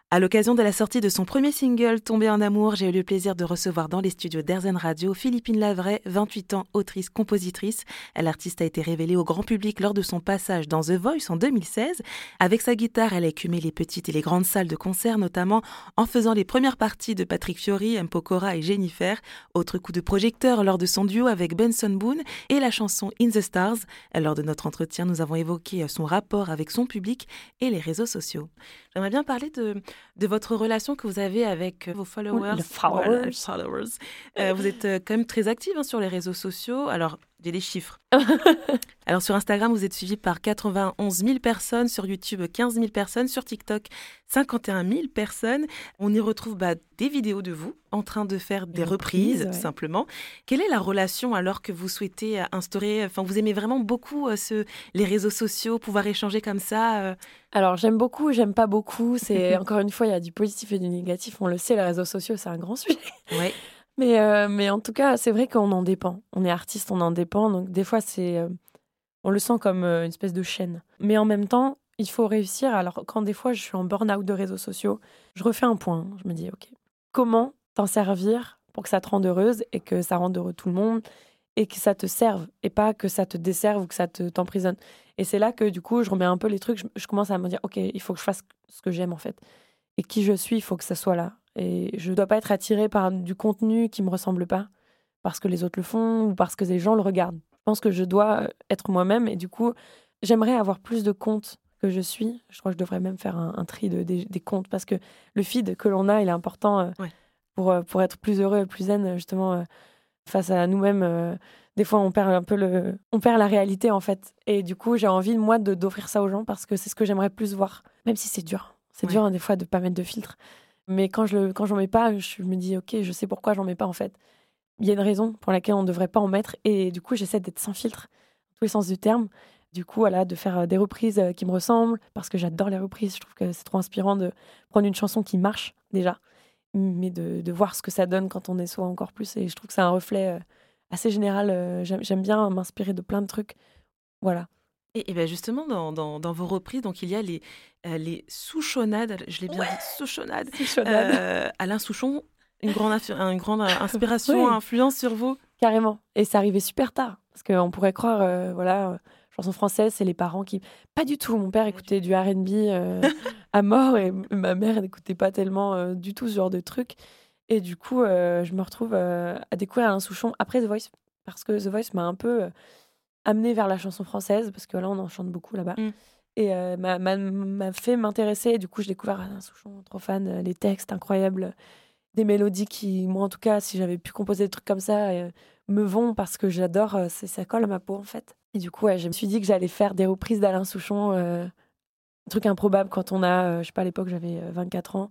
À l'occasion de la sortie de son premier single, Tombé en amour, j'ai eu le plaisir de recevoir dans les studios d'Airzen Radio Philippine Lavray, 28 ans, autrice, compositrice. L'artiste a été révélée au grand public lors de son passage dans The Voice en 2016. Avec sa guitare, elle a écumé les petites et les grandes salles de concert, notamment en faisant les premières parties de Patrick Fiori, M. Pokora et Jennifer. Autre coup de projecteur lors de son duo avec Benson Boone et la chanson In the Stars. Lors de notre entretien, nous avons évoqué son rapport avec son public et les réseaux sociaux. J'aimerais bien parler de votre relation que vous avez avec vos followers. Les followers. Vous êtes quand même très active sur les réseaux sociaux. Alors, j'ai les chiffres. Alors, sur Instagram, vous êtes suivi par 91 000 personnes. Sur YouTube, 15 000 personnes. Sur TikTok, 51 000 personnes. On y retrouve des vidéos de vous en train de faire des reprises, tout simplement. Quelle est la relation alors que vous souhaitez instaurer? Enfin, vous aimez vraiment beaucoup les réseaux sociaux, pouvoir échanger comme ça Alors, j'aime beaucoup, j'aime pas beaucoup. C'est encore une fois, il y a du positif et du négatif. On le sait, les réseaux sociaux, c'est un grand sujet. Ouais. Mais en tout cas, c'est vrai qu'on en dépend. On est artiste, on en dépend. Donc, des fois, on le sent comme une espèce de chaîne. Mais en même temps, il faut réussir. Alors, quand des fois, je suis en burn-out de réseaux sociaux, je refais un point. Je me dis, OK, comment t'en servir pour que ça te rende heureuse et que ça rende heureux tout le monde et que ça te serve et pas que ça te desserve ou que ça t'emprisonne. Et c'est là que, du coup, je remets un peu les trucs. Je commence à me dire, OK, il faut que je fasse ce que j'aime, en fait. Et qui je suis, il faut que ça soit là. Et je ne dois pas être attirée par du contenu qui ne me ressemble pas, parce que les autres le font ou parce que les gens le regardent. Je pense que je dois être moi-même et du coup, j'aimerais avoir plus de comptes que je suis. Je crois que je devrais même faire un tri des comptes parce que le feed que l'on a, il est important pour être plus heureux et plus zen, justement, face à nous-mêmes. Des fois, on perd on perd la réalité, en fait. Et du coup, j'ai envie, moi, d'offrir ça aux gens parce que c'est ce que j'aimerais plus voir, même si c'est dur. C'est dur, des fois, de ne pas mettre de filtre. Mais quand j'en mets pas, je me dis, OK, je sais pourquoi j'en mets pas, en fait. Il y a une raison pour laquelle on ne devrait pas en mettre. Et du coup, j'essaie d'être sans filtre, dans tous les sens du terme. Du coup, voilà, de faire des reprises qui me ressemblent, parce que j'adore les reprises. Je trouve que c'est trop inspirant de prendre une chanson qui marche, déjà, mais de voir ce que ça donne quand on est soi encore plus. Et je trouve que c'est un reflet assez général. J'aime bien m'inspirer de plein de trucs. Voilà. Et bien justement, dans vos reprises, donc il y a les Souchonnades, je l'ai bien dit, Souchonnades. Alain Souchon, une grande inspiration, influence sur vous. Carrément. Et c'est arrivé super tard. Parce qu'on pourrait croire, chanson française, c'est les parents qui... Pas du tout. Mon père écoutait du R&B à mort et ma mère n'écoutait pas tellement du tout ce genre de trucs. Et du coup, je me retrouve à découvrir Alain Souchon après The Voice. Parce que The Voice m'a un peu... amenée vers la chanson française, parce que là, on en chante beaucoup là-bas. Et m'a fait m'intéresser. Et du coup, j'ai découvert Alain Souchon, trop fan, les textes incroyables, des mélodies qui, moi, en tout cas, si j'avais pu composer des trucs comme ça, me vont parce que j'adore, ça colle à ma peau, en fait. Et du coup, je me suis dit que j'allais faire des reprises d'Alain Souchon, un truc improbable quand on a, je sais pas, à l'époque, j'avais 24 ans.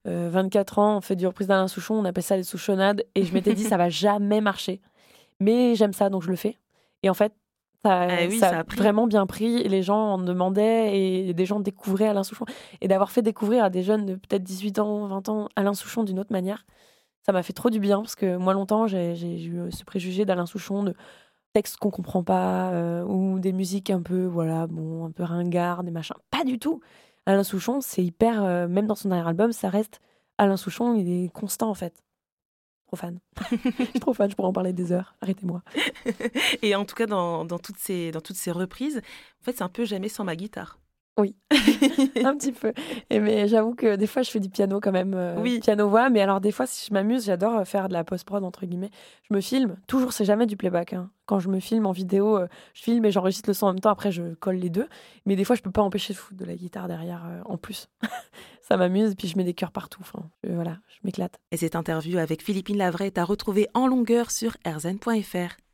24 ans, on fait des reprises d'Alain Souchon, on appelle ça les Souchonnades. Et je m'étais dit, ça va jamais marcher. Mais j'aime ça, donc je le fais. Et en fait, ça a vraiment bien pris. Les gens en demandaient et des gens découvraient Alain Souchon. Et d'avoir fait découvrir à des jeunes de peut-être 18 ans, 20 ans, Alain Souchon d'une autre manière, ça m'a fait trop du bien. Parce que moi, longtemps, j'ai eu ce préjugé d'Alain Souchon, de textes qu'on comprend pas, ou des musiques un peu, un peu ringards, des machins. Pas du tout. Alain Souchon, c'est hyper... même dans son dernier album, ça reste... Alain Souchon, il est constant, en fait. Trop fan. Je suis trop fan, je pourrais en parler des heures. Arrêtez-moi. Et en tout cas, dans toutes ces reprises, en fait, c'est un peu jamais sans ma guitare. Oui, un petit peu. Mais j'avoue que des fois, je fais du piano quand même. Oui. Piano-voix. Mais alors, des fois, si je m'amuse, j'adore faire de la post-prod, entre guillemets. Je me filme. Toujours, c'est jamais du playback. Quand je me filme en vidéo, je filme et j'enregistre le son en même temps. Après, je colle les deux. Mais des fois, je peux pas empêcher de foutre de la guitare derrière en plus. Ça m'amuse. Puis je mets des chœurs partout. Je m'éclate. Et cette interview avec Philippine Lavray est à retrouver en longueur sur airzen.fr.